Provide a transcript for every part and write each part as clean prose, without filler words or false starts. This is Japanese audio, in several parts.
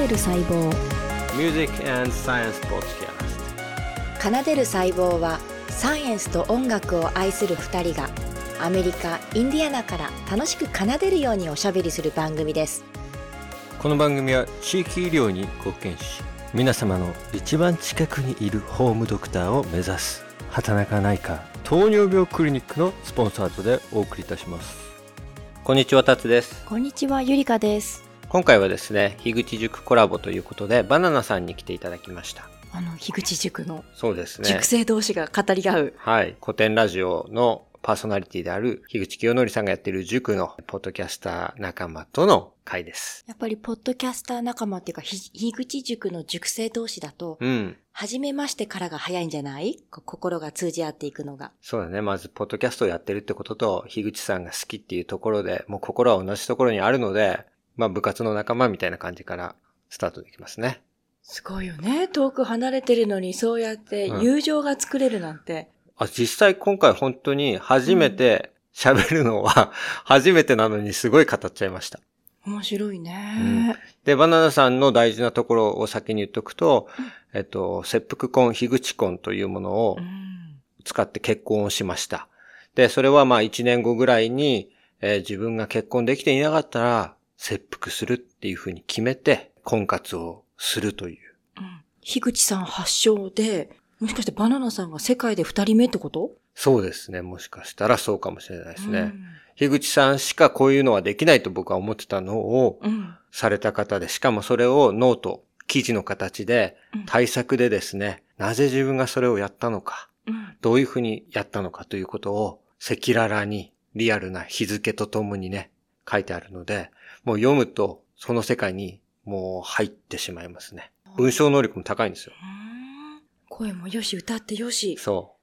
でる細胞 Music and Science Podcast。 奏でる細胞はサイエンスと音楽を愛する2人がアメリカ・インディアナから楽しく奏でるようにおしゃべりする番組です。 この番組は地域医療に貢献し、皆様の一番近くにいるホームドクターを目指す畑中内科糖尿病クリニックのスポンサードでお送りいたします。こんにちは、タツです。 こんにちは、ゆりかです。 今回はですね、樋口塾コラボということでバナナさんに来ていただきました。 樋口塾のそうですね、 塾生同士が語り合う、 はい、古典ラジオのパーソナリティである樋口清則さんがやっている塾のポッドキャスター仲間との会です。 やっぱりポッドキャスター仲間っていうか、樋口塾の塾生同士だと、初めましてからが早いんじゃない？心が通じ合っていくのが。 そうだね。まずポッドキャストをやってるってことと、樋口さんが好きっていうところで、もう心は同じところにあるので、まあ部活の仲間みたいな感じからスタートできますね。 すごいよね。遠く離れてるのにそうやって友情が作れるなんて。 実際今回本当に初めて喋るのは初めてなのにすごい語っちゃいました。 面白いね、 で、バナナさんの大事なところを先に言っとくと、切腹婚、樋口婚というものを使って結婚をしました。で、それはまあ1年後ぐらいに、自分が結婚できていなかったら切腹するっていうふうに決めて婚活をするという。 樋口さん発祥で、もしかしてバナナさんが世界で2人目ってこと？ そうですね。もしかしたらそうかもしれないですね。樋口さんしかこういうのはできないと僕は思ってたのをされた方で、しかもそれをノート、記事の形で対策でですね、なぜ自分がそれをやったのか、どういうふうにやったのかということを赤裸々にリアルな日付とともにね、書いてあるので、もう読むとその世界にもう入ってしまいますね。文章能力も高いんですよ。 声もよし、歌ってよし。 そう。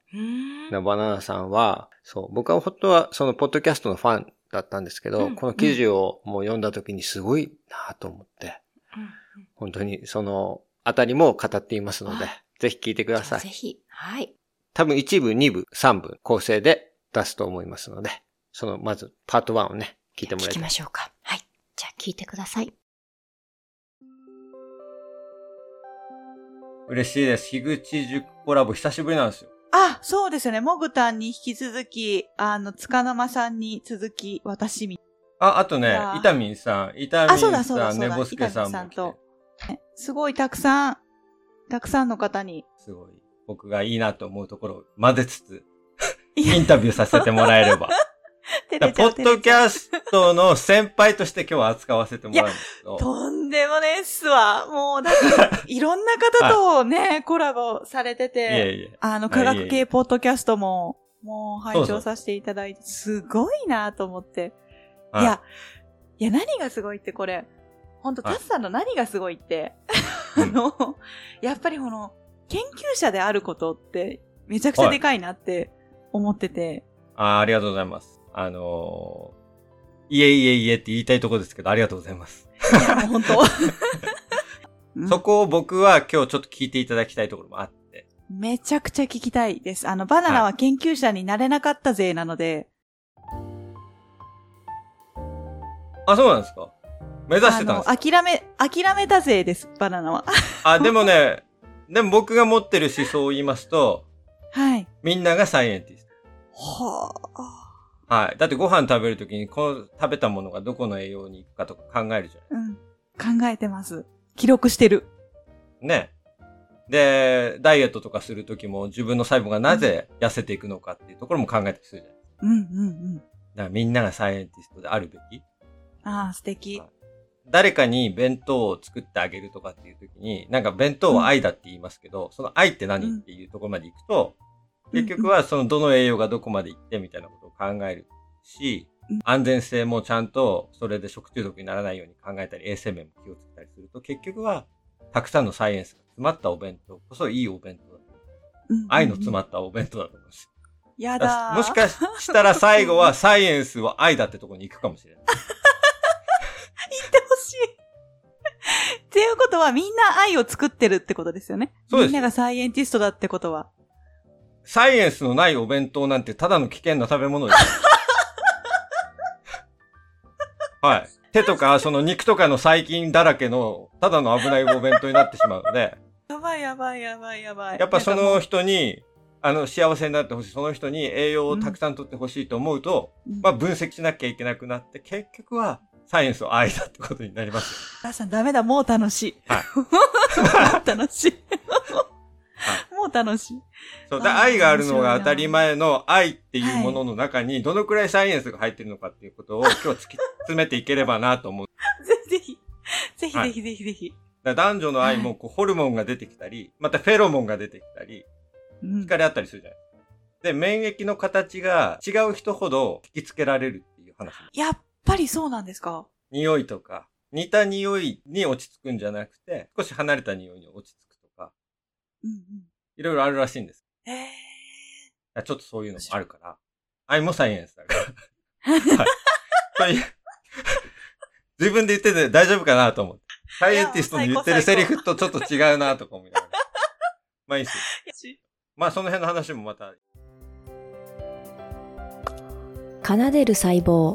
バナナさんは、そう、僕は本当はそのポッドキャストのファンだったんですけど、この記事をもう読んだ時にすごいなと思って、本当にそのあたりも語っていますので、ぜひ聞いてください。 ぜひ、はい。 多分1部、2部、3部構成で出すと思いますので、そのまずパート1をね、聞いてもらいたい。 聞きましょうか。はい。じゃあ聞いてください。 嬉しいです。樋口塾コラボ久しぶりなんですよ。 あ、そうですね。モグタンに引き続き、塚沼さんに続き、私み。 あとね、イタミンさん、ねぼすけさんも来て。 すごいたくさんの方に。 すごい。僕がいいなと思うところを混ぜつつ、インタビューさせてもらえれば。ポッドキャストの先輩として今日は扱わせてもらうんですけど。 とんでもねえっすわ。もう、だって、いろんな方とね、コラボされてて、科学系ポッドキャストも、もう拝聴させていただいて、すごいなと思って。いや、何がすごいってこれ、ほんと、タスさんの何がすごいって、やっぱりこの、研究者であることって、めちゃくちゃでかいなって思ってて。 ありがとうございます。いえって言いたいところですけど、ありがとうございます。 いや、もう本当。そこを僕は今日ちょっと聞いていただきたいところもあって。 めちゃくちゃ聞きたいです。バナナは研究者になれなかったぜなので。 あ、そうなんですか？目指してたんですか？ 諦めたぜです、バナナは。 でもね、僕が持ってる思想を言いますと、 はい。 みんながサイエンティスト。 はい。だってご飯食べるときに、この食べたものがどこの栄養に行くかとか考えるじゃない。 考えてます。記録してる。 ね。で、ダイエットとかするときも自分の細胞がなぜ痩せていくのかっていうところも考えたりするじゃない。だからみんながサイエンティストであるべき。 素敵。 誰かに弁当を作ってあげるとかっていうときに、なんか弁当は愛だって言いますけど、その愛って何っていうところまで行くと、結局はそのどの栄養がどこまで行ってみたいなことを考えるし、安全性もちゃんとそれで食中毒にならないように考えたり、衛生面も気をつけたりすると、結局はたくさんのサイエンスが詰まったお弁当こそいいお弁当だと思う。愛の詰まったお弁当だと思うし。 やだー。 もしかしたら最後はサイエンスは愛だってところに行くかもしれない。 言ってほしい。っていうことはみんな愛を作ってるってことですよね。 そうです。 みんながサイエンティストだってことは。 サイエンスのないお弁当なんてただの危険な食べ物です。はい。 手とか、その肉とかの細菌だらけの、ただの危ないお弁当になってしまうので。 やばいやばいやばいやばい。 やっぱその人に、幸せになってほしい、その人に栄養をたくさん取ってほしいと思うと、まあ分析しなきゃいけなくなって、結局はサイエンスを愛だってことになります。 ダさんダメだ、もう楽しい。 はい。 楽しい。もう楽しい。 そう、愛があるのが当たり前の愛っていうものの中に、どのくらいサイエンスが入ってるのかっていうことを今日突き詰めていければなと思う。 ぜひ、ぜひぜひぜひぜひ。 男女の愛もホルモンが出てきたり、またフェロモンが出てきたり、惹かれ合ったりするじゃないですか。で、免疫の形が違う人ほど引きつけられるっていう話。 やっぱりそうなんですか？ 匂いとか、似た匂いに落ち着くんじゃなくて、少し離れた匂いに落ち着くとか、いろいろあるらしいんです。ちょっとそういうのもあるから、愛もサイエンスだから。はい。という、自分で言ってて大丈夫かなと思って。サイエンティストの言ってるセリフとちょっと違うなとか思いながら。まあいいっすよ。まあその辺の話もまた。 奏でる細胞。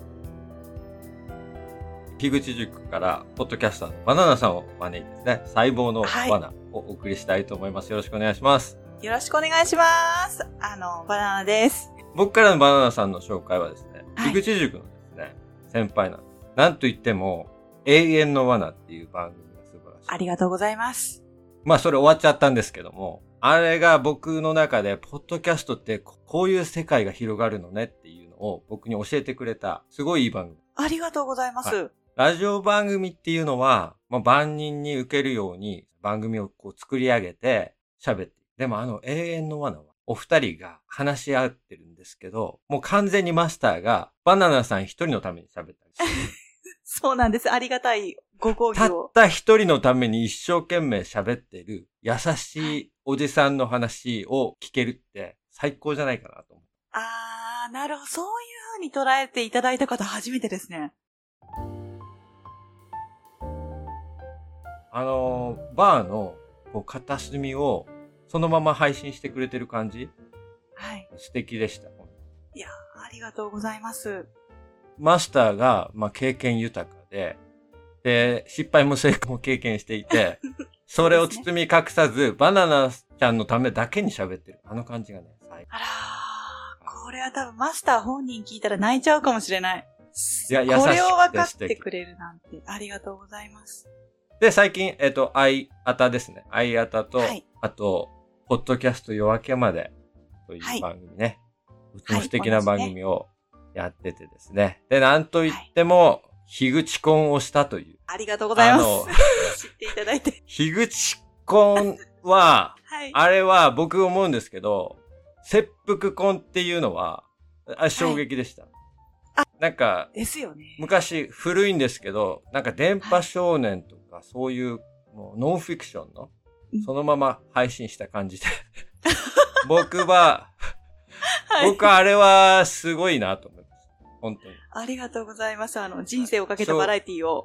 樋口塾からポッドキャスターのバナナさんを招いてですね、細胞のバナをお送りしたいと思います。よろしくお願いします。 よろしくお願いします。バナナです。 僕からのバナナさんの紹介はですね、樋口塾のですね、先輩なんです。なんといっても、永遠の罠っていう番組が素晴らしい。 ありがとうございます。 まあそれ終わっちゃったんですけども、あれが僕の中で、ポッドキャストってこういう世界が広がるのねっていうのを僕に教えてくれた、すごいいい番組。 ありがとうございます。はい、 ラジオ番組っていうのは、まあ、万人に受けるように番組をこう作り上げて喋って。でも永遠の罠は、お二人が話し合ってるんですけど、もう完全にマスターがバナナさん一人のために喋ったりする。 そうなんです。ありがたいご講義を。 たった一人のために一生懸命喋ってる優しいおじさんの話を聞けるって最高じゃないかなと思う。 なるほど。そういう風に捉えていただいた方初めてですね。 バーの片隅をそのまま配信してくれてる感じ。 はい。 素敵でした。 いや、ありがとうございます。 マスターが、まあ、経験豊かで、失敗も成功も経験していて、それを包み隠さず、バナナちゃんのためだけに喋ってる。あの感じがね、最高。 あらー、これは多分マスター本人聞いたら泣いちゃうかもしれない。 いや、優しくてこれを分かってくれるなんて、ありがとうございます。 で、最近、愛あたですね。愛あたと、はい、あと、ポッドキャスト夜明けまでという番組ね。うちも素敵な番組をやっててですね。で、なんといっても、樋口婚をしたという。 ありがとうございます。知っていただいて。 樋口婚は、はい、あれは僕思うんですけど、切腹婚っていうのは、衝撃でした。はい、なんか、 ですよね。 昔古いんですけど、なんか電波少年とか、そういうもうノンフィクションの、そのまま配信した感じで。僕はあれはすごいなと思います。本当に。 ありがとうございます。人生をかけたバラエティを。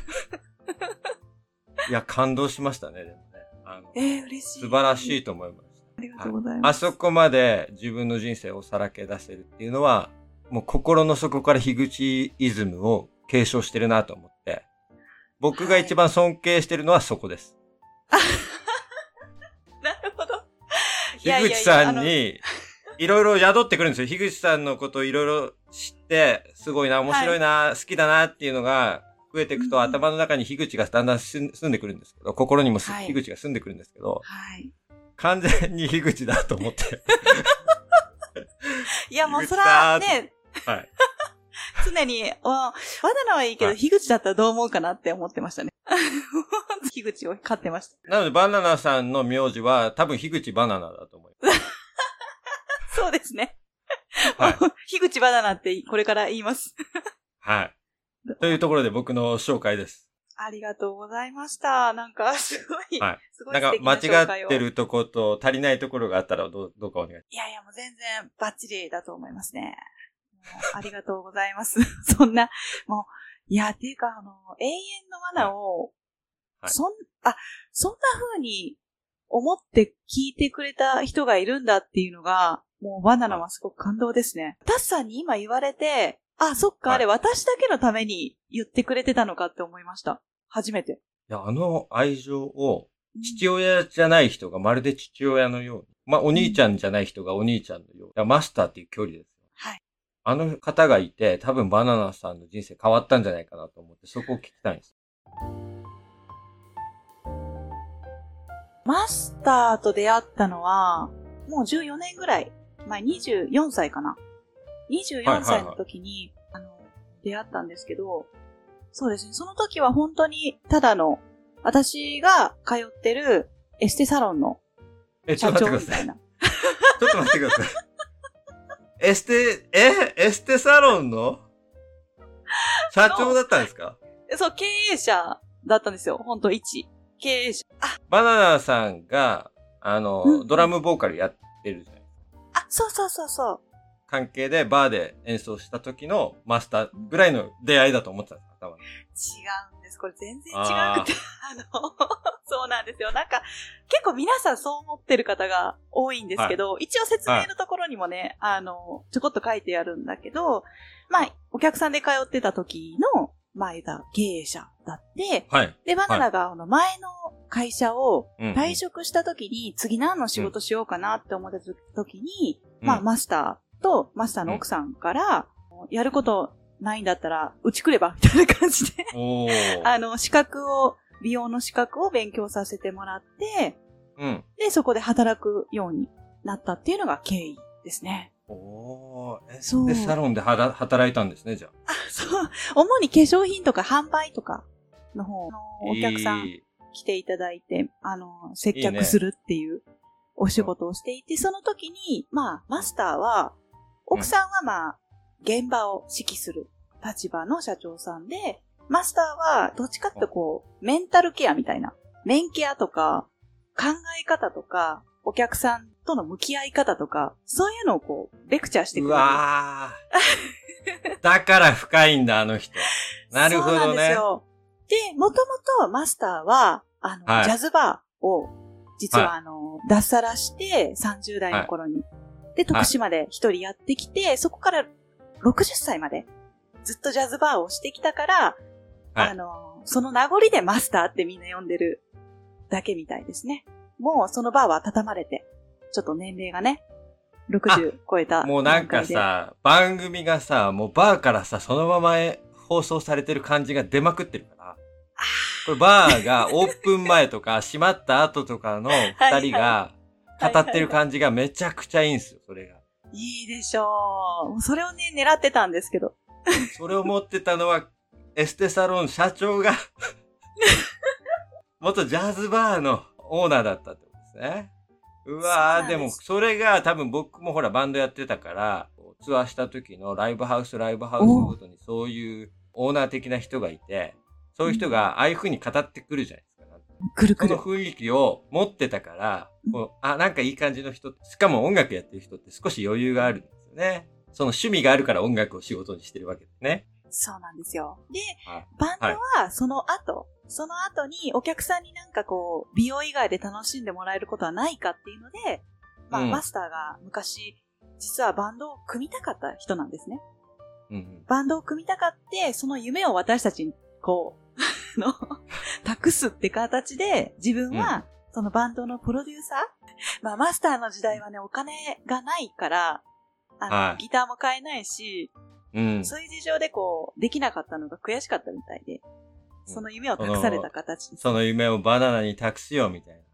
いや、感動しましたね、でもね。 嬉しい。 素晴らしいと思いました。 ありがとうございます。 あそこまで自分の人生をさらけ出せるっていうのは、もう心の底から樋口イズムを継承してるなと思って、僕が一番尊敬してるのはそこです。 なるほど。 樋口さんに、いろいろ宿ってくるんですよ。樋口さんのことをいろいろ知って、すごいな、面白いな、はい、好きだなっていうのが増えていくと、頭の中に樋口がだんだん住んでくるんですけど、心にも樋口が住んでくるんですけど、はい、完全に樋口だと思って。 いや、もうそらね、はい、常に、バナナはいいけど、樋口だったらどう思うかなって思ってましたね。樋口を飼ってました。 なので、バナナさんの名字は多分樋口バナナだと思います。 そうですね。はい。樋口バナナってこれから言います。 はい。というところで僕の紹介です。 ありがとうございました。なんかすごい、はい、すごい素敵な紹介を。 なんか間違ってるとこと足りないところがあったらどうかお願いします。 いやいや、もう全然バッチリだと思いますね。ありがとうございます。そんな、もう、いや、っていうか、永遠の罠を、はい、そんな風に思って聞いてくれた人がいるんだっていうのが、もうバナナはすごく感動ですね。タスさんに今言われて、 あ、そっか、あれ私だけのために言ってくれてたのかって思いました。初めて。 いや、愛情を、父親じゃない人がまるで父親のように。まあ、お兄ちゃんじゃない人がお兄ちゃんのように。マスターっていう距離ですよ。 はい。 あの方がいて、多分バナナさんの人生変わったんじゃないかなと思って、そこを聞きたいんです。 マスターと出会ったのは、もう14年ぐらい前、24歳かな。24歳の時に、出会ったんですけど、そうですね、その時は本当に、ただの、私が通ってるエステサロンの社長みたいな。 ちょっと待ってください。エステサロンの社長だったんですか？ そう、経営者だったんですよ。本当一経営者。 バナナさんが、ドラムボーカルやってるじゃないですか。 そう。 関係でバーで演奏した時のマスターぐらいの出会いだと思ってたんですか？ 違うんです。これ全然違くて。そうなんですよ。なんか、結構皆さんそう思ってる方が多いんですけど、一応説明のところにもね、ちょこっと書いてあるんだけど、まあ、お客さんで通ってた時の、まあ、経営者だって、で、バナナが前の会社を退職した時に、次何の仕事しようかなって思った時に、まあ、マスターとマスターの奥さんから、やることないんだったら、うち来ればみたいな感じで、美容の資格を勉強させてもらって、で、そこで働くようになったっていうのが経緯ですね。 で、サロンで働いたんですね、じゃあ。 そう。主に化粧品とか販売とかの方のお客さん来ていただいて、接客するっていうお仕事をしていて、その時に、まあ、マスターは、奥さんはまあ、現場を指揮する立場の社長さんで、マスターはどっちかっていうとメンタルケアみたいな、メンケアとか、考え方とか、お客さんとの向き合い方とか、そういうのをレクチャーしてくれる。 うわー。だから深いんだ、あの人。なるほどね。そうなんですよ。 で、もともとマスターは、ジャズバーを、実は脱サラして30代の頃に。で、徳島で一人やってきて、そこから60歳までずっとジャズバーをしてきたから、その名残でマスターってみんな呼んでるだけみたいですね。もうそのバーは畳まれて、ちょっと年齢がね、60超えた。 もうなんかさ、番組がさ、もうバーからさ、そのまま放送されてる感じが出まくってるから。これバーがオープン前とか閉まった後とかの二人が語ってる感じがめちゃくちゃいいんですよ、それが。 いいでしょう。それをね、狙ってたんですけど。 それを持ってたのは、エステサロン社長が元ジャズバーのオーナーだったってことですね。うわー、でもそれが多分僕もほらバンドやってたから、ツアーした時のライブハウスごとにそういうオーナー的な人がいて、そういう人がああいう風に語ってくるじゃないですか。その雰囲気を持ってたから、なんかいい感じの人、しかも音楽やってる人って少し余裕があるんですよね。その趣味があるから音楽を仕事にしてるわけですね。 そうなんですよ。で、バンドはその後にお客さんになんか美容以外で楽しんでもらえることはないかっていうので、マスターが昔、実はバンドを組みたかった人なんですね。バンドを組みたかって、その夢を私たちに託すって形で、自分はそのバンドのプロデューサー、マスターの時代はね、お金がないから、ギターも買えないし、そういう事情でできなかったのが悔しかったみたいで、その夢を託された形です。 その夢をバナナに託すよ、みたいな。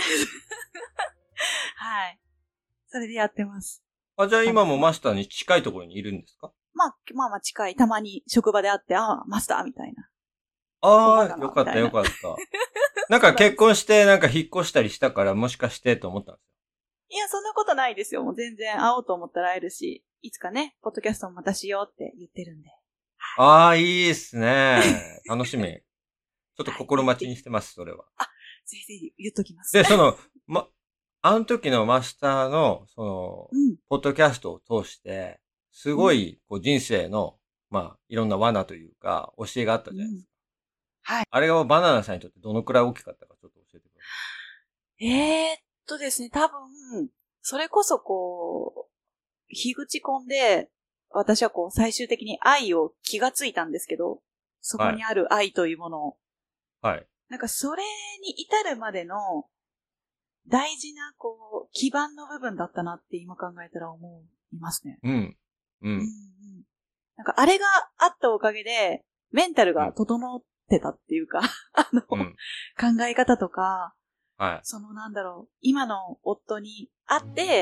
はい。それでやってます。 じゃあ今もマスターに近いところにいるんですか？ まあ近い。たまに職場で会って、マスターみたいな。 よかった。なんか結婚してなんか引っ越したりしたからもしかしてと思ったんですよ。 いや、そんなことないですよ。もう全然会おうと思ったら会えるし、いつかね、ポッドキャストもまたしようって言ってるんで。 いいっすね。楽しみ。ちょっと心待ちにしてます、それは。 ぜひ言っときます。 で、あの時のマスターの、ポッドキャストを通して、すごい、人生の、いろんな罠というか、教えがあったじゃないですか。 はい。 あれがバナナさんにとってどのくらい大きかったか、ちょっと教えてください。ですね、多分、それこそ樋口コンで、 私はこう最終的に愛を気がついたんですけど、そこにある愛というものを。 はい。 なんかそれに至るまでの大事なこう基盤の部分だったなって今考えたら思いますね。 うん。うん。 なんかあれがあったおかげでメンタルが整ってたっていうか、考え方とか、 はい。 その今の夫に会って、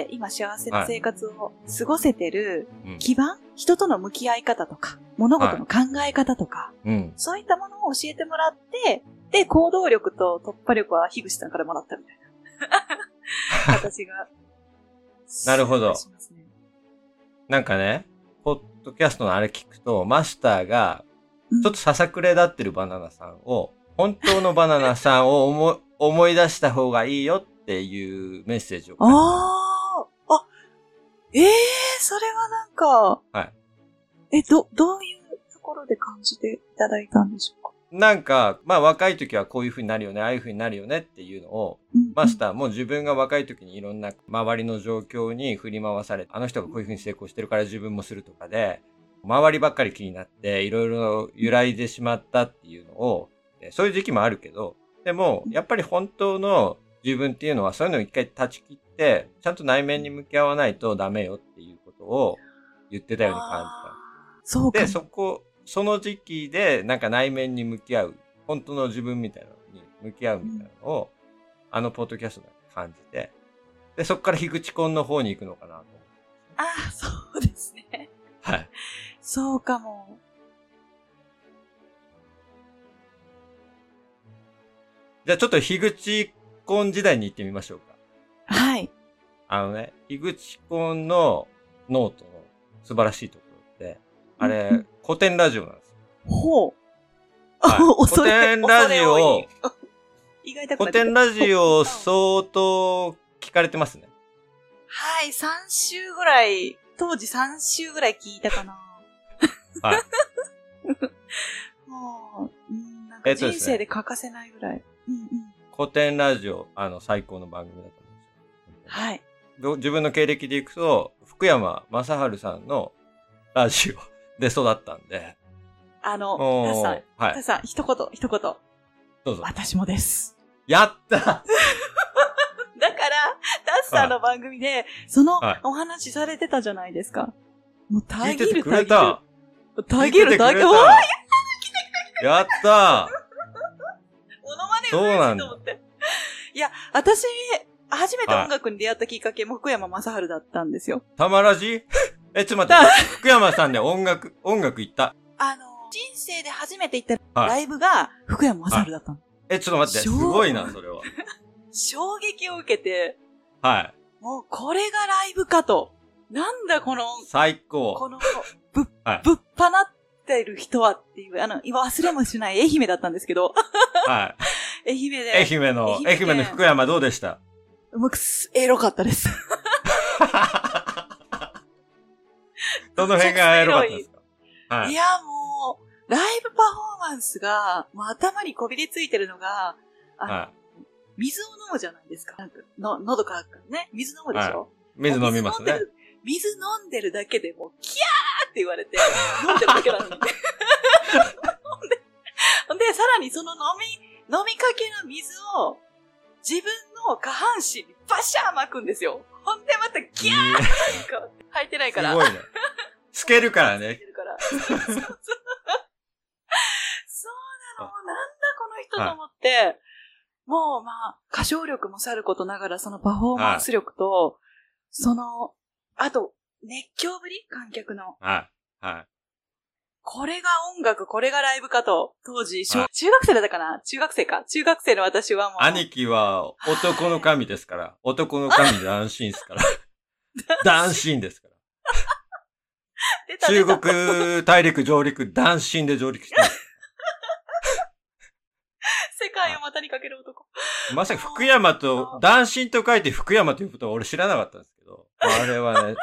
今幸せな生活を過ごせてる基盤、人との向き合い方とか、物事の考え方とか、そういったものを教えてもらって、で、行動力と突破力は樋口さんからもらったみたいな。形が。 なるほど。なんかね、ポッドキャストのあれ聞くと、マスターが、ちょっとささくれ立ってるバナナさんを、本当のバナナさんを思い出した方がいいよっていうメッセージを。 それはなんか、 はい。 どういうところで感じていただいたんでしょうか？ なんか、まあ若い時はこういう風になるよね、ああいう風になるよねっていうのを、マスターも自分が若い時にいろんな周りの状況に振り回されて、あの人がこういう風に成功してるから自分もするとかで、周りばっかり気になっていろいろ揺らいでしまったっていうのを、そういう時期もあるけど、でも、やっぱり本当の自分っていうのはそういうのを一回断ち切って、ちゃんと内面に向き合わないとダメよっていうことを言ってたように感じた。 そうか。 で、その時期でなんか内面に向き合う、本当の自分みたいなのに向き合うみたいなのを、ポッドキャストで感じて、で、そこから樋口コンの方に行くのかなと思って。 ああ、そうですね。 はい。 そうかも。 じゃあちょっと樋口コン時代に行ってみましょうか。 はい。 樋口コンのノートの素晴らしいところって、あれ、古典ラジオなんですよ。 ほう。 はい、古典ラジオ、古典ラジオ相当聞かれてますね。 はい、3週ぐらい、当時3週ぐらい聞いたかな。 はい。 もう、なんか人生で欠かせないぐらい。 古典ラジオ、最高の番組だと思うんですよ。 はい。 自分の経歴でいくと、福山雅治さんのラジオで育ったんで。 タさん、一言。どうぞ。 私もです。 やっただから、 タスさんの番組で、そのお話されてたじゃないですか。もう、たぎる。 やったモノマネうまいと思って。いや、私、初めて音楽に出会ったきっかけも福山雅治だったんですよ。 たまらじちょっと待って。福山さんで音楽行った。 人生で初めて行ったライブが福山雅治だったの。 ちょっと待って。すごいな、それは。 衝撃を受けて。 はい。 もう、これがライブかと。なんだ、この、 最高。 この、ぶっ放ってる人はっていう、今忘れもしない愛媛だったんですけど。 はい。 愛媛で。 愛媛の福山どうでした？ エロかったです。 どの辺がエロかったですか？ はい。いや、もう、ライブパフォーマンスが、もう頭にこびりついてるのが、水を飲むじゃないですか。なんか喉乾くからね。水飲むでしょ、はい、 水飲みますね。 水飲んでるだけでもう、キャーって言われて、飲んでるだけなのに。ほんで、さらにその飲みかけの水を、自分の下半身にバシャー巻くんですよ。ほんでまたギャーって吐いてないから。 すごいね。透けるからね。 そうなの。なんだこの人と思って、もうまあ、歌唱力もさることながら、そのパフォーマンス力と、あと、熱狂ぶり観客の。 はい。 これが音楽、これがライブかと、当時、中学生だったかな？中学生の私はもう。 兄貴は男の神ですから。男の神男神ですから。男神ですから。中国大陸上陸、男神で上陸した。 世界を股にかける男。 まさか福山と、男神と書いて福山ということは俺知らなかったんですけど。あれはね。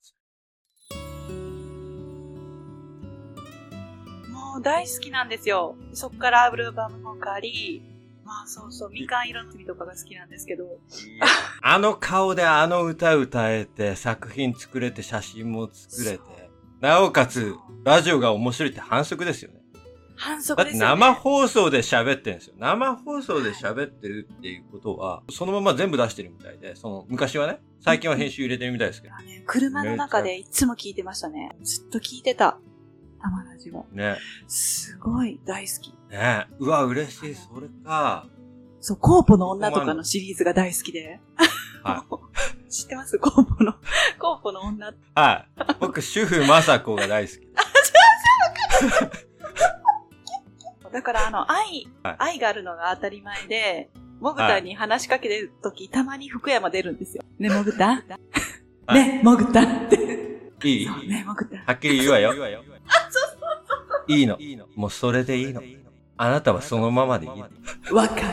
大好きなんですよ。そっからアルバムも借り、まあみかん色の罪とかが好きなんですけど。 あの顔であの歌歌えて、作品作れて、写真も作れて。 なおかつ、ラジオが面白いって反則ですよね。 反則ですよね。 だって生放送で喋ってるんですよ。生放送で喋ってるっていうことは、そのまま全部出してるみたいで、昔はね、最近は編集入れてるみたいですけど。 車の中でいつも聞いてましたね。ずっと聞いてた。生ラジオ。 ね。 すごい大好き。 ね。うわ、嬉しい。それか。 そう、コーポの女とかのシリーズが大好きで。 はい。 知ってますコーポの女。 はい。僕、主婦まさこが大好き。 だから愛があるのが当たり前で、もぐたに話しかけてるとき、たまに福山出るんですよ。ね、もぐたね、もぐたって。 いいね、もぐた。 はっきり言うわよ。 そう。 いいの。もうそれでいいの。あなたはそのままでいいの。 わかる。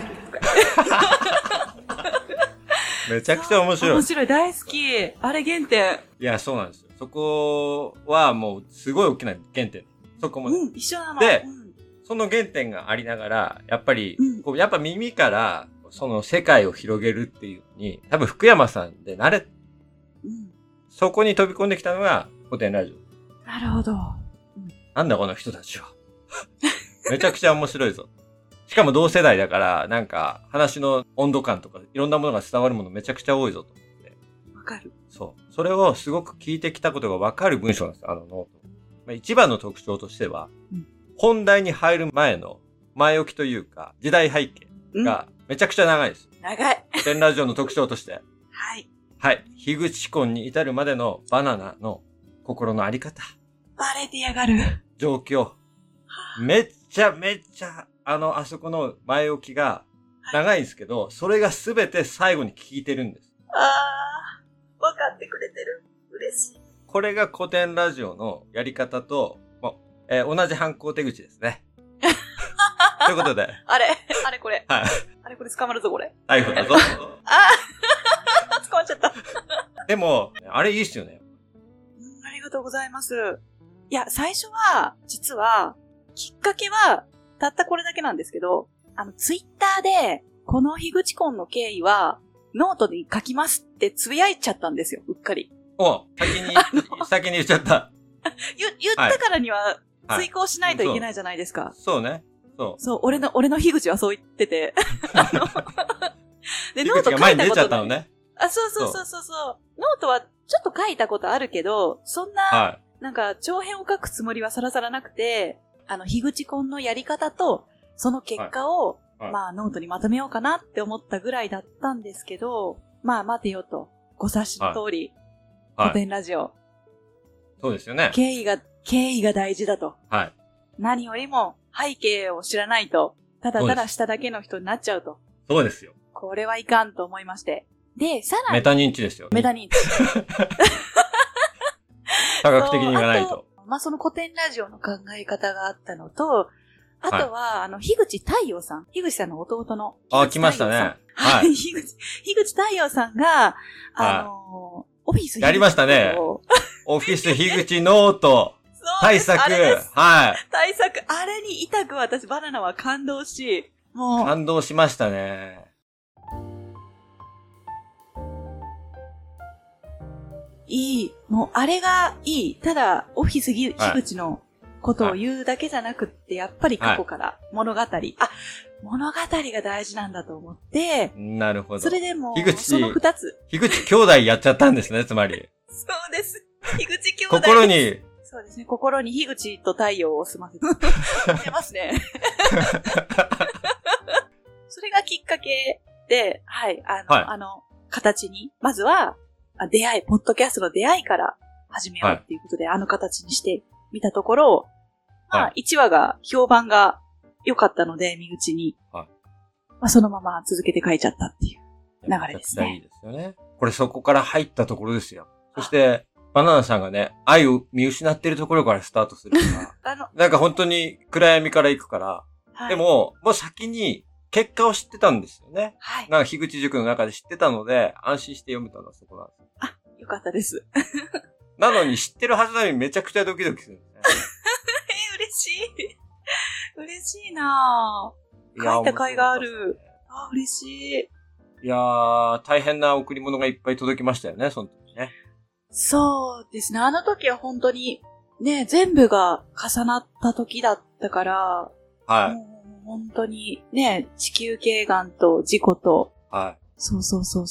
めちゃくちゃ面白い。 面白い、大好き。あれ原点。 いや、そうなんですよ。そこはもうすごい大きな原点。そこもね。 一緒なの。 で、その原点がありながら、やっぱり、やっぱ耳から、その世界を広げるっていうのに、多分福山さんでそこに飛び込んできたのが古典ラジオ。 なるほど。 なんだこの人たちは。めちゃくちゃ面白いぞ。しかも同世代だから、なんか話の温度感とかいろんなものが伝わるものめちゃくちゃ多いぞと思って。 わかる。 そう。それをすごく聞いてきたことがわかる文章なんですよ、ノート。一番の特徴としては、本題に入る前の前置きというか、時代背景がめちゃくちゃ長いです。 長い。 古典ラジオの特徴として。 はい。 はい。樋口婚に至るまでのバナナの心のあり方。 バレてやがる。 状況。めっちゃ、あそこの前置きが長いんですけど、それがすべて最後に聞いてるんです。 わかってくれてる。嬉しい。 これが古典ラジオのやり方と、同じ犯行手口ですね。ということで。 あれこれ。 はい。 あれこれ捕まるぞ、これ。 iPhone だぞ。 捕まっちゃった。 でも、あれいいっすよね。 ありがとうございます。いや、最初は、実は、きっかけは、たったこれだけなんですけど、ツイッターで、この樋口婚の経緯は、ノートに書きますってつぶやいちゃったんですよ、うっかり。 先に言っちゃった。 言ったからには、追考しないといけないじゃないですか。 そうね。 そう、俺の樋口はそう言ってて。で、ノート書いたことが前に出ちゃったのね。 そう。ノートはちょっと書いたことあるけど、そんな、なんか、長編を書くつもりはさらさらなくて、樋口婚のやり方と、その結果を、ノートにまとめようかなって思ったぐらいだったんですけど、待てよと、ご察しの通り、古典ラジオ。 そうですよね。 経緯が大事だと。 はい。 何よりも、背景を知らないと、ただただしただけの人になっちゃうと。 そうですよ。 これはいかんと思いまして。で、さらに。 メタ認知ですよ。 メタ認知。 科学的に言わないと。 その古典ラジオの考え方があったのと、あとは、樋口太陽さん。樋口さんの弟の。 来ましたね。 はい。樋口太陽さんが、オフィス。 やりましたね。オフィス樋口ノート。対策。はい。 対策。あれに痛く私、バナナは感動し、もう。 感動しましたね。 いい。もう、あれがいい。ただ、オフィス樋口のことを言うだけじゃなくって、やっぱり過去から物語。物語が大事なんだと思って。 なるほど。 それでも、その二つ。 樋口兄弟やっちゃったんですね、つまり。 そうです。樋口兄弟。 心に。 そうですね。心に樋口と太陽を済ませて。出ますね。それがきっかけで、はい。形に、まずは、ポッドキャストの出会いから始めようっていうことで、形にしてみたところ、1話が評判が良かったので、身口に。そのまま続けて書いちゃったっていう流れですね。 いいですよね。これそこから入ったところですよ。そして、バナナさんがね、愛を見失っているところからスタートするから。なんか本当に暗闇から行くから。でも、もう先に結果を知ってたんですよね。 はい。 なんか樋口塾の中で知ってたので、安心して読めたのはそこなんですよ。 よかったです。 なのに知ってるはずなのにめちゃくちゃドキドキするんですね。 嬉しい。嬉しいなぁ。書いた甲斐がある。嬉しい。 いやー、大変な贈り物がいっぱい届きましたよね、その時ね。 そうですね。あの時は本当にね、全部が重なった時だったから、 はい。 もう本当にね、子宮頸がんと事故と、 はい。 そう。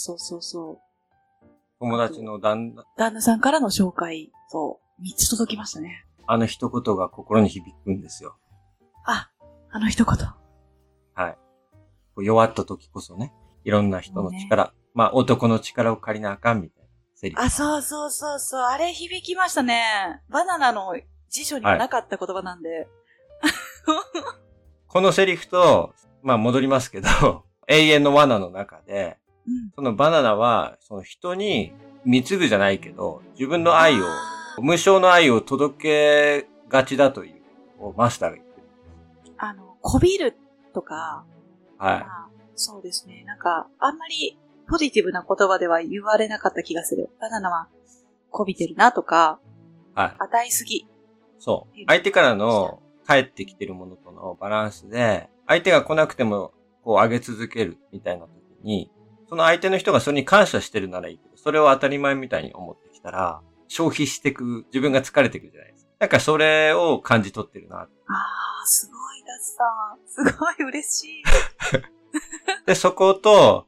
友達の旦那さんからの紹介と3つ届きましたね。 あの一言が心に響くんですよ。 あの一言。 はい。弱った時こそね、いろんな人の力、ね、まあ男の力を借りなあかんみたいなセリフ。 あ、そう。あれ響きましたね。バナナの辞書にはなかった言葉なんで。はい、 このセリフと、まあ戻りますけど、永遠の罠の中で、そのバナナは、その人に貢ぐじゃないけど、自分の愛を、無償の愛を届けがちだというをマスターが言ってる。 こびるとか、 はい、 まあ。そうですね。なんか、あんまりポジティブな言葉では言われなかった気がする。バナナはこびてるなとか、 はい。 与えすぎ。 そう。相手からの返ってきてるものとのバランスで、相手が来なくてもこう上げ続けるみたいな時に、その相手の人がそれに感謝してるならいいけど、それを当たり前みたいに思ってきたら、消費していく、自分が疲れていくじゃないですか。なんかそれを感じ取ってるな。 ああ、すごいださ。すごい嬉しい。 で、そこと、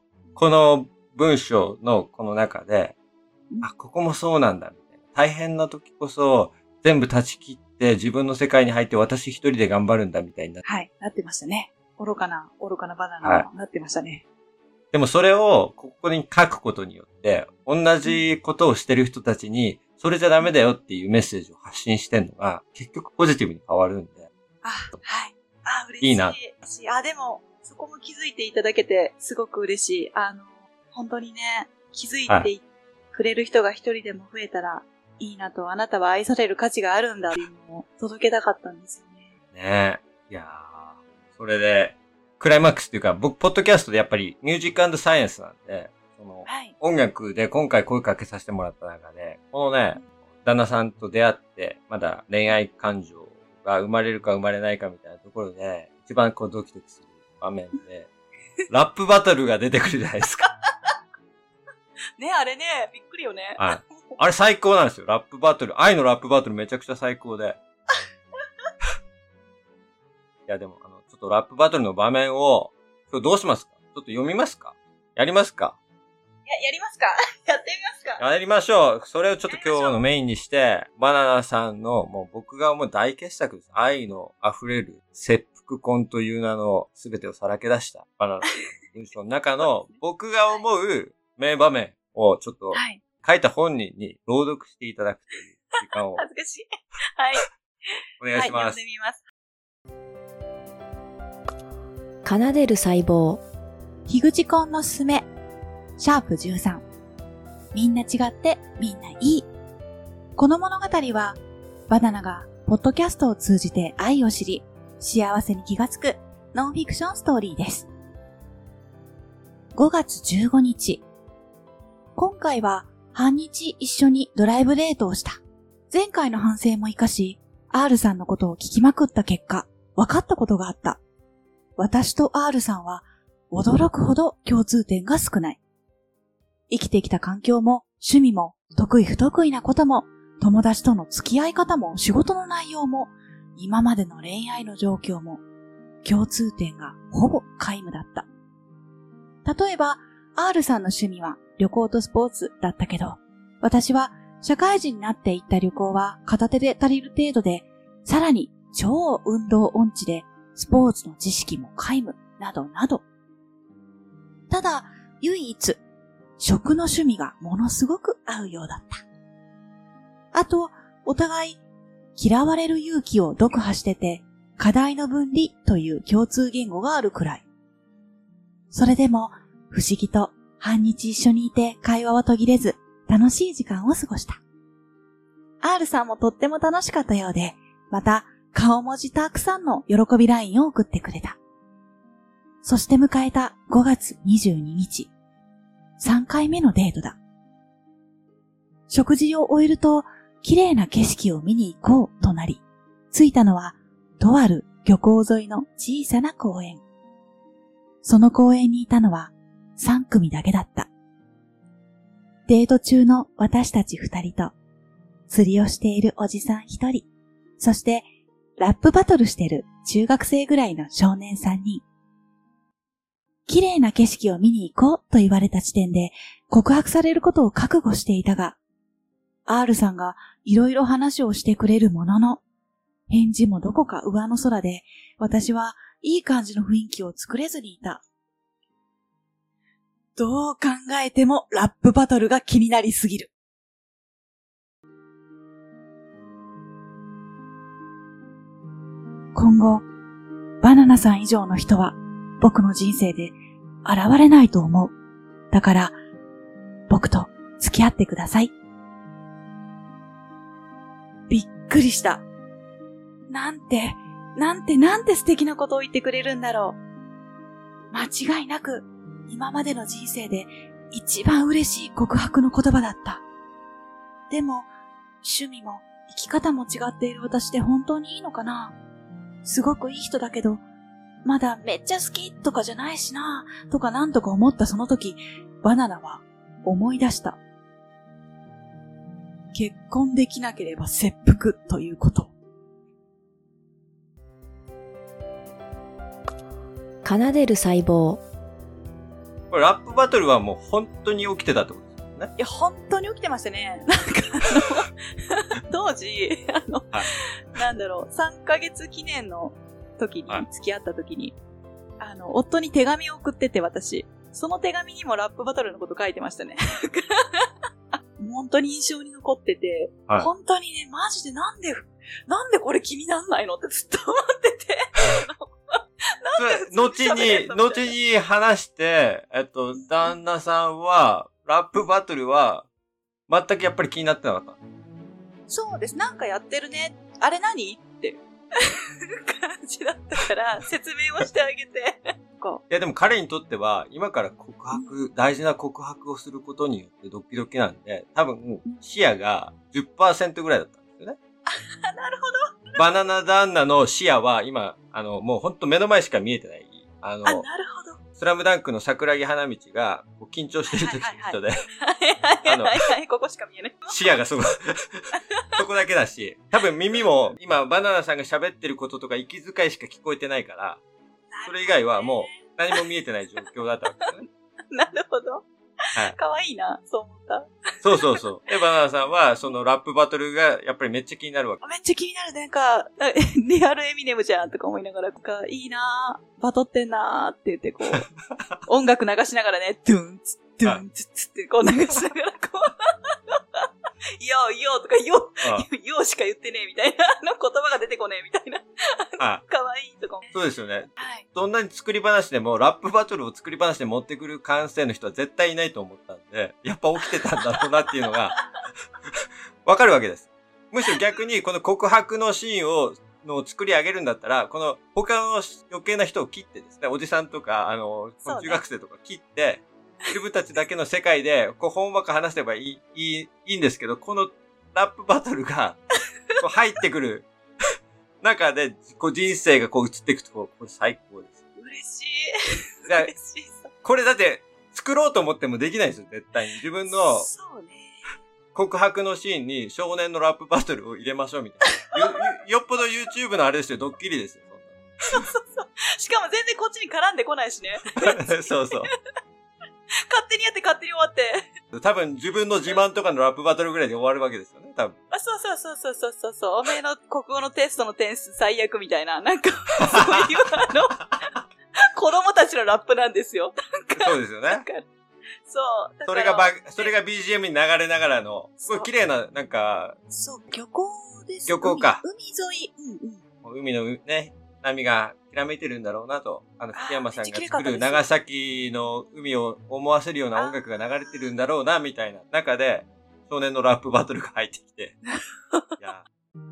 この文章のこの中で、あ、ここもそうなんだ、みたいな。大変な時こそ、全部断ち切って自分の世界に入って私一人で頑張るんだ、みたいになって。 はい、なってましたね。愚かなバナナはなってましたね。 でもそれをここに書くことによって、同じことをしてる人たちに、それじゃダメだよっていうメッセージを発信してんのが、結局ポジティブに変わるんで。 あ、はい。あ、嬉しい。 いいな。 あ、でも、そこも気づいていただけて、すごく嬉しい。本当にね、気づいてくれる人が一人でも増えたらいいなと、あなたは愛される価値があるんだっていうのを届けたかったんですよね。 ねえ。いやー、それで、クライマックスっていうか、僕、ポッドキャストでやっぱりミュージック&サイエンスなんで、 はい、 音楽で今回声かけさせてもらった中で、このね、旦那さんと出会って、まだ恋愛感情が生まれるか生まれないかみたいなところで、一番こうドキドキする場面で、ラップバトルが出てくるじゃないですか。 ね、あれね、びっくりよね。 はい。あれ最高なんですよ、ラップバトル。愛のラップバトルめちゃくちゃ最高で。いやでも、ちょっとラップバトルの場面を、今日どうしますか？ちょっと読みますか？やりますか？ やりますか？やってみますか？ やりましょう。それをちょっと今日のメインにして、バナナさんの、もう僕が思う大傑作です。愛の溢れる、切腹婚という名の全てをさらけ出したバナナさんの文章の中の、僕が思う名場面をちょっと、書いた本人に朗読していただくという時間を。 恥ずかしい。はい。 お願いします。 読んでみます。 奏でる細胞。 樋口婚のすすめ。シャープ13。みんな違ってみんないい。この物語は、バナナがポッドキャストを通じて愛を知り、幸せに気がつくノンフィクションストーリーです。5月15日。今回は半日一緒にドライブデートをした。前回の反省も活かし、R さんのことを聞きまくった結果、分かったことがあった。私と R さんは驚くほど共通点が少ない。生きてきた環境も趣味も得意不得意なことも友達との付き合い方も仕事の内容も今までの恋愛の状況も共通点がほぼ皆無だった。例えば R さんの趣味は旅行とスポーツだったけど、私は社会人になって行った旅行は片手で足りる程度で、さらに超運動音痴でスポーツの知識も皆無などなど。ただ唯一食の趣味がものすごく合うようだった。あとお互い嫌われる勇気を読破してて課題の分離という共通言語があるくらい。それでも不思議と半日一緒にいて会話は途切れず楽しい時間を過ごした。R さんもとっても楽しかったようで、また顔文字たくさんの喜びラインを送ってくれた。そして迎えた5月22日。3回目のデートだ。食事を終えると、綺麗な景色を見に行こうとなり、着いたのは、とある漁港沿いの小さな公園。その公園にいたのは、3組だけだった。デート中の私たち2人と、釣りをしているおじさん1人。 そしてラップバトルしてる中学生ぐらいの少年3人。綺麗な景色を見に行こうと言われた時点で告白されることを覚悟していたが、R さんがいろいろ話をしてくれるものの、返事もどこか上の空で、私はいい感じの雰囲気を作れずにいた。どう考えてもラップバトルが気になりすぎる。今後、バナナさん以上の人は僕の人生で現れないと思う。だから、僕と付き合ってください。びっくりした。なんて素敵なことを言ってくれるんだろう。間違いなく、今までの人生で一番嬉しい告白の言葉だった。でも、趣味も生き方も違っている私で本当にいいのかな？すごくいい人だけど、まだめっちゃ好きとかじゃないしな、とかなんとか思ったその時、バナナは思い出した。結婚できなければ切腹ということ。 奏でる細胞。 これラップバトルはもう本当に起きてたってことですよね。 いや、本当に起きてましたね。なんか当時、はい、なんだろう、3ヶ月記念の時に、付き合った時に、夫に手紙を送ってて私、その手紙にもラップバトルのこと書いてましたね。本当に印象に残ってて、はい、本当にね、マジでなんでこれ気になんないのってずっと思ってて。 後に話して、旦那さんは、ラップバトルは、全くやっぱり気になってなかった。 そうです。なんかやってるね。あれ何って感じだったから、説明をしてあげて。 いやでも彼にとっては、今から大事な告白をすることによってドキドキなんで、多分、視野が 10% ぐらいだったんですよね。 なるほど。 バナナ旦那の視野は今、もうほんと目の前しか見えてない。 なるほど。 スラムダンクの桜木花道が緊張してる時の人で。 ここしか見えない。 視野がそこだけだし、多分耳も今バナナさんが喋ってることとか息遣いしか聞こえてないから、それ以外はもう何も見えてない状況だったわけですよね。 なるほど。はい。かわいいな、そう思った。 そう。で、バナナさんは、そのラップバトルが、やっぱりめっちゃ気になるわけ。 めっちゃ気になる。なんか、リアルエミネムじゃんとか思いながら、いいなぁ、バトってんなーって言って、こう、音楽流しながらね、ドゥンツ、ドゥンツツってこう流しながら、こう、よーとか、よーしか言ってねえみたいな、言葉が出てこねえみたいな。かわいいとか。 そうですよね。はい。どんなに作り話でも、ラップバトルを作り話で持ってくる感性の人は絶対いないと思ったんで、やっぱ起きてたんだろうなっていうのが、わかるわけです。むしろ逆に、この告白のシーンを作り上げるんだったら、この他の余計な人を切ってですね、おじさんとか、中学生とか切って、自分たちだけの世界で、ほんわか話せばいいんですけど、このラップバトルが、入ってくる中で、人生が映っていくと、これ最高です。 嬉しい。嬉しい。 これだって、作ろうと思ってもできないですよ、絶対に。自分の、 そうね。 告白のシーンに少年のラップバトルを入れましょうみたいな。よっぽど YouTube のあれですよ、ドッキリですよ、 そんな。そう。しかも全然こっちに絡んでこないしね。 そう。 勝手にやって勝手に終わって。 多分自分の自慢とかのラップバトルぐらいで終わるわけですよね、多分。 そう。おめえの国語のテストの点数最悪みたいな、なんか、そういう子供たちのラップなんですよ。 そうですよね。 そう。 それが BGM に流れながらの、すごい綺麗な、なんか。 そう、漁港です。 漁港か。 海沿い。 海のね、波がきらめいてるんだろうなと。福山さんが作る長崎の海を思わせるような音楽が流れてるんだろうな、みたいな中で、少年のラップバトルが入ってきて。いや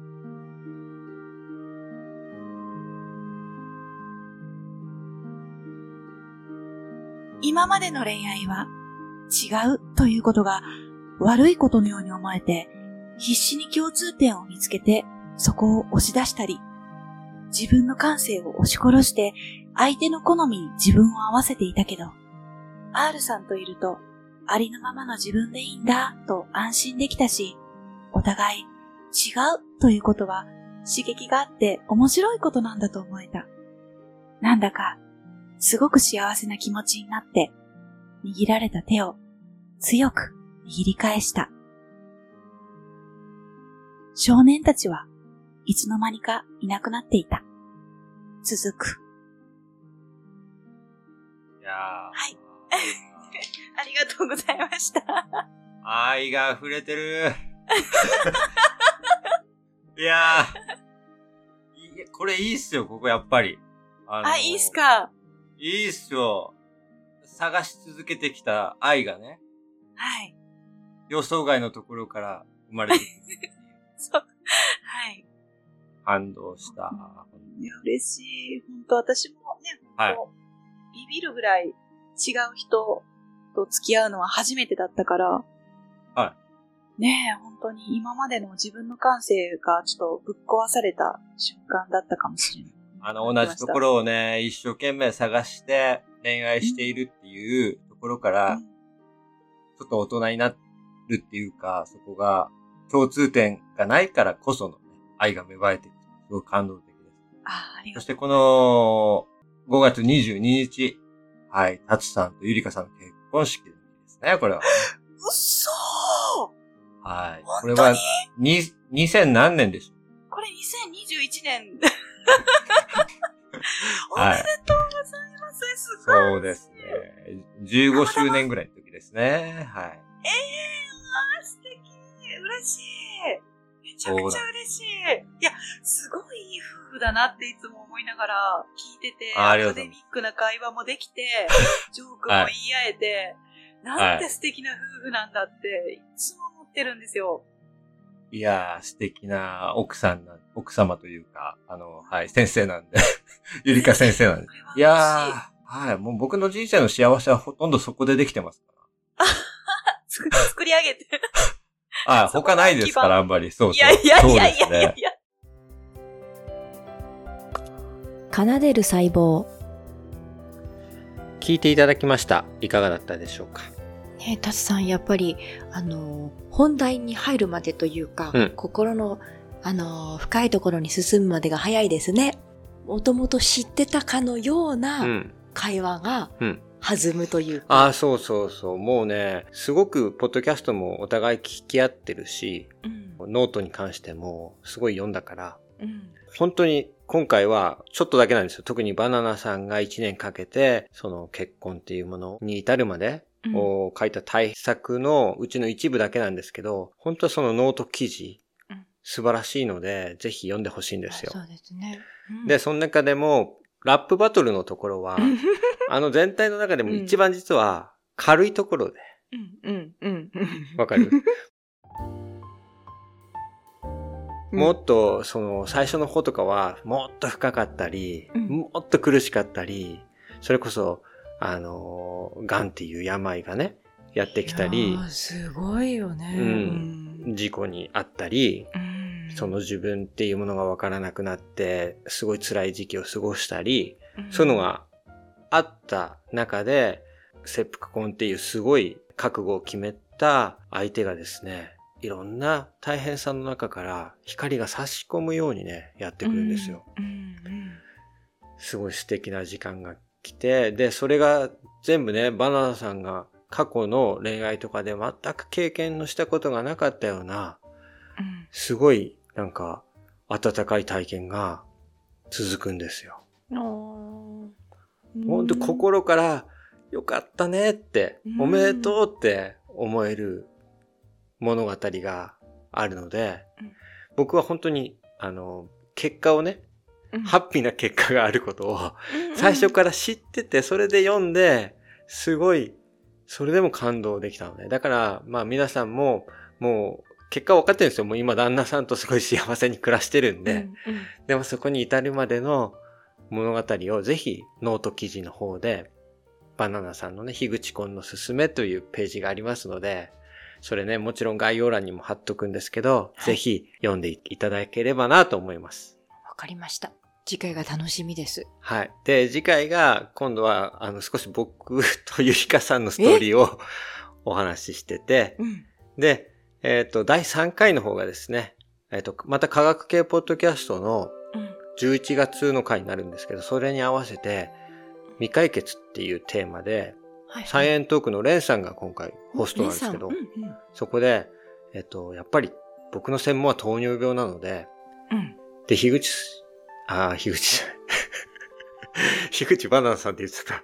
今までの恋愛は違うということが悪いことのように思えて、必死に共通点を見つけてそこを押し出したり、自分の感性を押し殺して相手の好みに自分を合わせていたけど、R さんといるとありのままの自分でいいんだと安心できたし、お互い違うということは刺激があって面白いことなんだと思えた。なんだか、すごく幸せな気持ちになって、握られた手を強く握り返した。少年たちはいつの間にかいなくなっていた。続く。 いやー。 はい。ありがとうございました。 愛が溢れてる。いやー。これいいっすよ、ここやっぱり。 いいっすか。 いいっすよ。探し続けてきた愛がね。 はい。 予想外のところから生まれてくる。 そう。はい。 感動した。 いや、嬉しい。本当私もね、はい、ビビるぐらい違う人と付き合うのは初めてだったから。 はい。 ねえ、本当に今までの自分の感性がちょっとぶっ壊された瞬間だったかもしれない。 同じところをね、一生懸命探して恋愛しているっていうところから、ちょっと大人になるっていうか、そこが共通点がないからこその、ね、愛が芽生えていく。すごく感動的です。 ありがとう。 そしてこの5月22日、はい、タツさんとゆりかさんの結婚式ですね、これは、ね。 嘘ー！ はい。これは2000何年でしょう？ これ2021年。 はい、 おめでとうございます。すごい。 そうですね。15周年ぐらいの時ですね。はい。 素敵。嬉しい。めちゃくちゃ嬉しい。いや、すごいいい夫婦だなっていつも思いながら聞いてて、アカデミックな会話もできて、ジョークも言い合えて、なんて素敵な夫婦なんだっていつも思ってるんですよ。 いやー、素敵な奥様というか、はい、先生なんで。ゆりか先生なんで。いやー、はい、もう僕の人生の幸せはほとんどそこでできてますから。 作り上げて。 他ないですから、あんまり。そうそう。 いや。 奏でる細胞。 聞いていただきました。いかがだったでしょうか。 ねえ、タツさん、やっぱり、本題に入るまでというか、心の、深いところに進むまでが早いですね。もともと知ってたかのような会話が弾むというか。 そう。もうね、すごくポッドキャストもお互い聞き合ってるし、ノートに関してもすごい読んだから、本当に今回はちょっとだけなんですよ。特にバナナさんが1年かけて、その結婚っていうものに至るまでを書いた対策のうちの一部だけなんですけど、本当はそのノート記事、素晴らしいので、ぜひ読んでほしいんですよ。 そうですね。 で、その中でも、ラップバトルのところは、全体の中でも一番実は軽いところで。わかる？もっと、最初の方とかは、もっと深かったり、もっと苦しかったり、それこそ、癌っていう病がね、やってきたり。 すごいよね。 事故にあったり、その自分っていうものがわからなくなって、すごい辛い時期を過ごしたり、そういうのがあった中で、切腹婚っていうすごい覚悟を決めた相手がですね、いろんな大変さの中から光が差し込むようにね、やってくるんですよ。すごい素敵な時間が来て、で、それが全部ね、バナナさんが過去の恋愛とかで全く経験のしたことがなかったような、すごいなんか温かい体験が続くんですよ。本当心からよかったねって、おめでとうって思える物語があるので、僕は本当に結果をね、ハッピーな結果があることを最初から知ってて、それで読んで、すごいそれでも感動できたので。だから、皆さんも、もう、結果分かってるんですよ。もう今旦那さんとすごい幸せに暮らしてるんで。でもそこに至るまでの物語をぜひノート記事の方で、バナナさんのね、樋口婚のすすめというページがありますので、それね、もちろん概要欄にも貼っとくんですけど、ぜひ読んでいただければなと思います。 わかりました。次回が楽しみです。 はい。で、次回が、今度は、少し僕とゆりかさんのストーリーをお話ししてて、で、第3回の方がですね、 また科学系ポッドキャストの11月の回になるんですけど、それに合わせて未解決っていうテーマで、サイエントークのレンさんが今回ホストなんですけど、そこで、やっぱり僕の専門は糖尿病なので、で、樋口バナナさんって言っちゃった。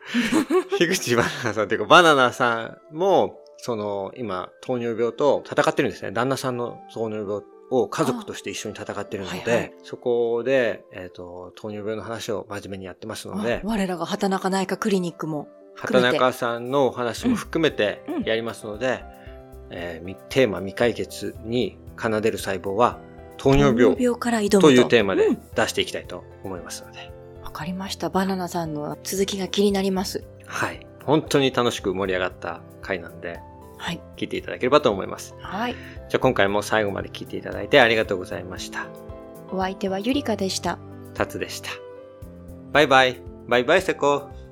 樋口バナナさんっていうか、バナナさんも、今、糖尿病と戦ってるんですね。旦那さんの糖尿病を家族として一緒に戦ってるので、そこで、糖尿病の話を真面目にやってますので、 我らが畑中内科クリニックも畑中さんのお話も含めてやりますので、テーマ未解決に奏でる細胞は糖尿病から挑むというテーマで出していきたいと思いますので。 わかりました。バナナさんの続きが気になります。 はい。本当に楽しく盛り上がった回なんで、 はい。 聞いていただければと思います。 はい。 じゃあ今回も最後まで聞いていただいてありがとうございました。 お相手はゆりかでした。 タツでした。バイバイ。バイバイセコ。